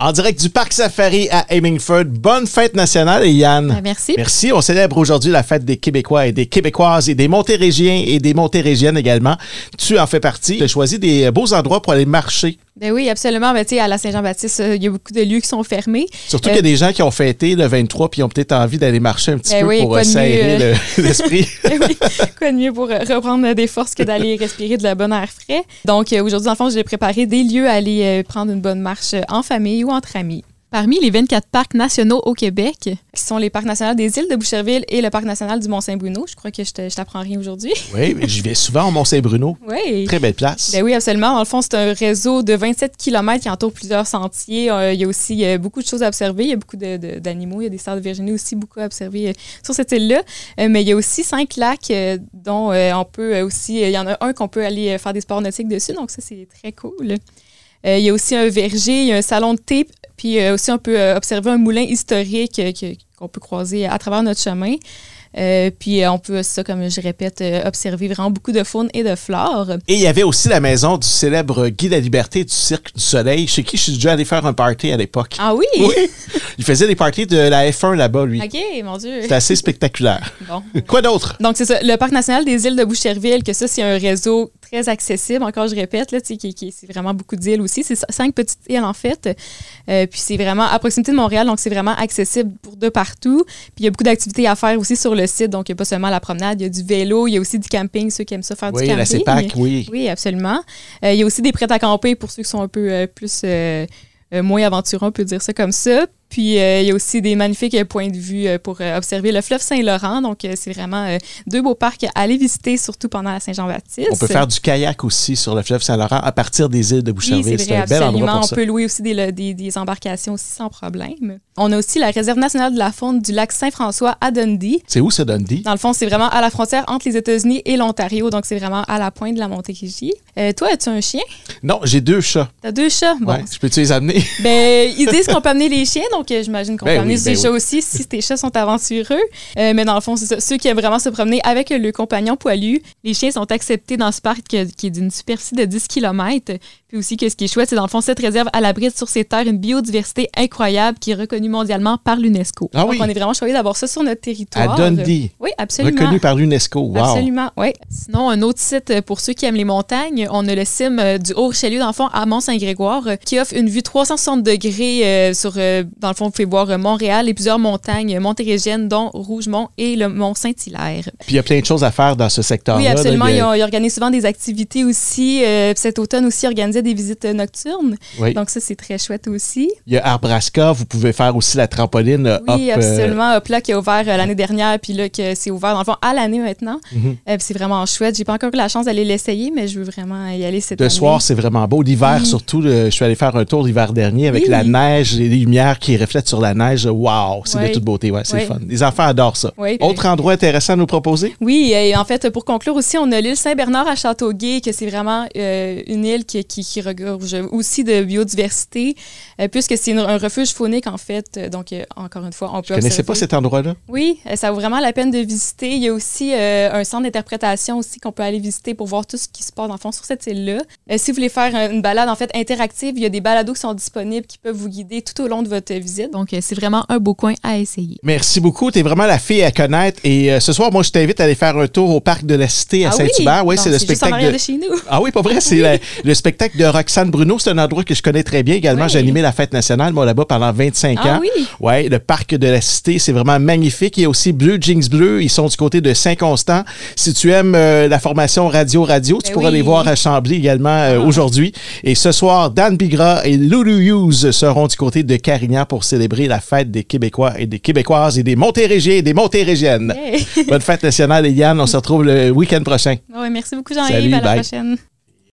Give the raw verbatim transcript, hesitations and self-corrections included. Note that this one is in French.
En direct du Parc Safari à Hemingford. Bonne fête nationale, Yann. Ben, merci. Merci. On célèbre aujourd'hui la fête des Québécois et des Québécoises et des Montérégiens et des Montérégiennes également. Tu en fais partie. Tu as choisi des beaux endroits pour aller marcher. Ben oui, absolument. Ben, tu sais, à la Saint-Jean-Baptiste, il y a beaucoup de lieux qui sont fermés. Surtout euh, qu'il y a des gens qui ont fêté le vingt-trois puis ont peut-être envie d'aller marcher un petit ben peu oui, pour quoi de s'aérer mieux, euh... le, l'esprit. Ben oui, quoi de mieux pour reprendre des forces que d'aller respirer de la bonne air frais. Donc, euh, aujourd'hui, en fond, j'ai préparé des lieux à aller euh, prendre une bonne marche en famille ou entre amis. Parmi les vingt-quatre parcs nationaux au Québec, qui sont les parcs nationaux des îles de Boucherville et le parc national du Mont-Saint-Bruno, je crois que je, te, je t'apprends rien aujourd'hui. Oui, j'y vais souvent au Mont-Saint-Bruno. Oui. Très belle place. Ben oui, absolument. Dans le fond, c'est un réseau de vingt-sept kilomètres qui entoure plusieurs sentiers. Euh, il y a aussi euh, beaucoup de choses à observer. Il y a beaucoup de, de, d'animaux. Il y a des stars de Virginie aussi, beaucoup à observer euh, sur cette île-là. Euh, mais il y a aussi cinq lacs euh, dont euh, on peut aussi... Il y en a un qu'on peut aller faire des sports nautiques dessus, donc ça, c'est très cool. Euh, il y a aussi un verger, il y a un salon de thé, puis euh, aussi on peut euh, observer un moulin historique euh, que, qu'on peut croiser à travers notre chemin. Euh, puis euh, on peut, ça, comme je répète, euh, observer vraiment beaucoup de faune et de flore. Et il y avait aussi la maison du célèbre Guy de la Liberté du Cirque du Soleil, chez qui je suis déjà allé faire un party à l'époque. Ah oui? Oui! Il faisait des parties de la F un là-bas, lui. OK, mon Dieu. C'était assez spectaculaire. Bon. Quoi d'autre? Donc, c'est ça. Le Parc national des îles de Boucherville, que ça, c'est un réseau très accessible. Encore, je répète, là, qui, qui, c'est vraiment beaucoup d'îles aussi. C'est cinq petites îles, en fait. Euh, puis c'est vraiment à proximité de Montréal, donc c'est vraiment accessible pour de partout. Puis il y a beaucoup d'activités à faire aussi sur le site. Donc, il n'y a pas seulement la promenade, il y a du vélo, il y a aussi du camping, ceux qui aiment ça faire oui, du camping. Oui, la CEPAC, oui. Oui, absolument. Euh, il y a aussi des prêts à camper pour ceux qui sont un peu euh, plus... Euh, euh, moins aventureux, on peut dire ça comme ça. Puis, euh, il y a aussi des magnifiques euh, points de vue euh, pour euh, observer le fleuve Saint-Laurent. Donc, euh, c'est vraiment euh, deux beaux parcs à aller visiter, surtout pendant la Saint-Jean-Baptiste. On peut faire du kayak aussi sur le fleuve Saint-Laurent à partir des îles de Boucherville. Oui, c'est vrai, c'est un bel absolument. endroit pour on ça. peut louer aussi des, des, des embarcations aussi sans problème. On a aussi la réserve nationale de la faune du lac Saint-François à Dundee. C'est où, ça, Dundee? Dans le fond, c'est vraiment à la frontière entre les États-Unis et l'Ontario. Donc, c'est vraiment à la pointe de la Montérégie. Euh, toi, as-tu un chien? Non, j'ai deux chats. T'as deux chats? Bon. Ouais, je peux-tu les amener? Ben, ils disent qu'on peut amener les chiens, donc euh, j'imagine qu'on ben peut amener oui, des ben chats oui. aussi si tes chats sont aventureux. Euh, mais dans le fond, c'est ça. Ceux qui aiment vraiment se promener avec le compagnon poilu, les chiens sont acceptés dans ce parc qui, qui est d'une superficie de dix kilomètres. Puis aussi, que ce qui est chouette, c'est dans le fond, cette réserve abrite sur ses terres une biodiversité incroyable qui est reconnue mondialement par l'UNESCO. Ah donc, oui. on est vraiment choyés d'avoir ça sur notre territoire. À Dundee. Oui, absolument. Reconnu par l'UNESCO. Wow. Absolument, oui. Sinon, un autre site pour ceux qui aiment les montagnes, on a le cime du Haut-Richelieu, dans le fond, à Mont-Saint-Grégoire, qui offre une vue trois cent soixante degrés euh, sur, euh, dans le fond, vous pouvez voir Montréal et plusieurs montagnes montérégiennes, dont Rougemont et le Mont-Saint-Hilaire. Puis il y a plein de choses à faire dans ce secteur-là. Oui, absolument. Là, il, a... il organise souvent des activités aussi. Euh, cet automne aussi, il organisait des visites nocturnes. Oui. Donc ça, c'est très chouette aussi. Il y a Arbraska, vous pouvez faire aussi la trampoline. Oui, Hop, absolument. Hop là, qui a ouvert euh, l'année dernière, puis là, que c'est ouvert, dans le fond, à l'année maintenant. Mm-hmm. Euh, c'est vraiment chouette. J'ai pas encore eu la chance d'aller l'essayer, mais je veux vraiment y aller cette de année. De soir, c'est vraiment beau. L'hiver, oui. Surtout, le, je suis allé faire un tour l'hiver dernier avec oui. la neige, les lumières qui reflètent sur la neige. Wow, c'est oui. de toute beauté. Ouais, c'est oui. fun. Les enfants adorent ça. Oui, Autre endroit intéressant à nous proposer? Oui, et en fait, pour conclure aussi, on a l'île Saint-Bernard à Châteauguay, que c'est vraiment euh, une île qui, qui, qui regorge aussi de biodiversité, euh, puisque c'est une, un refuge faunique, en fait. Donc, euh, encore une fois, on peut Je ne connaissais pas cet endroit-là. Oui, ça vaut vraiment la peine de visiter. Il y a aussi euh, un centre d'interprétation aussi qu'on peut aller visiter pour voir tout ce qui se passe, dans le fond, sur cette île-là. Euh, si vous voulez faire une balade, en fait, interactive, il y a des balados qui sont disponibles qui peuvent vous guider tout au long de votre visite. Donc, euh, c'est vraiment un beau coin à essayer. Merci beaucoup. Tu es vraiment la fille à connaître. Et euh, ce soir, moi, je t'invite à aller faire un tour au Parc de la Cité à ah Saint-Hubert. Oui, oui, c'est le spectacle juste en de... de chez nous. Ah oui, pas vrai? C'est oui. la, le spectacle de Roxane Bruno. C'est un endroit que je connais très bien. Également, oui. j'ai animé la fête nationale, moi, là-bas, pendant vingt-cinq ah, ans. Oui. Ouais, le Parc de la Cité, c'est vraiment magnifique. Il y a aussi Bleu Jeans Bleu. Ils sont du côté de Saint-Constant. Si tu aimes euh, la formation Radio Radio, tu ben pourras oui. les voir à Chambly également euh, ah. aujourd'hui. Et ce soir, Dan Bigra et Lulu Hughes seront du côté de Carignan pour célébrer la fête des Québécois et des Québécoises et des Montérégiens et des Montérégiennes. Yeah. Bonne fête nationale, Eliane. On se retrouve le week-end prochain. Oui, merci beaucoup, Jean-Yves. À la prochaine.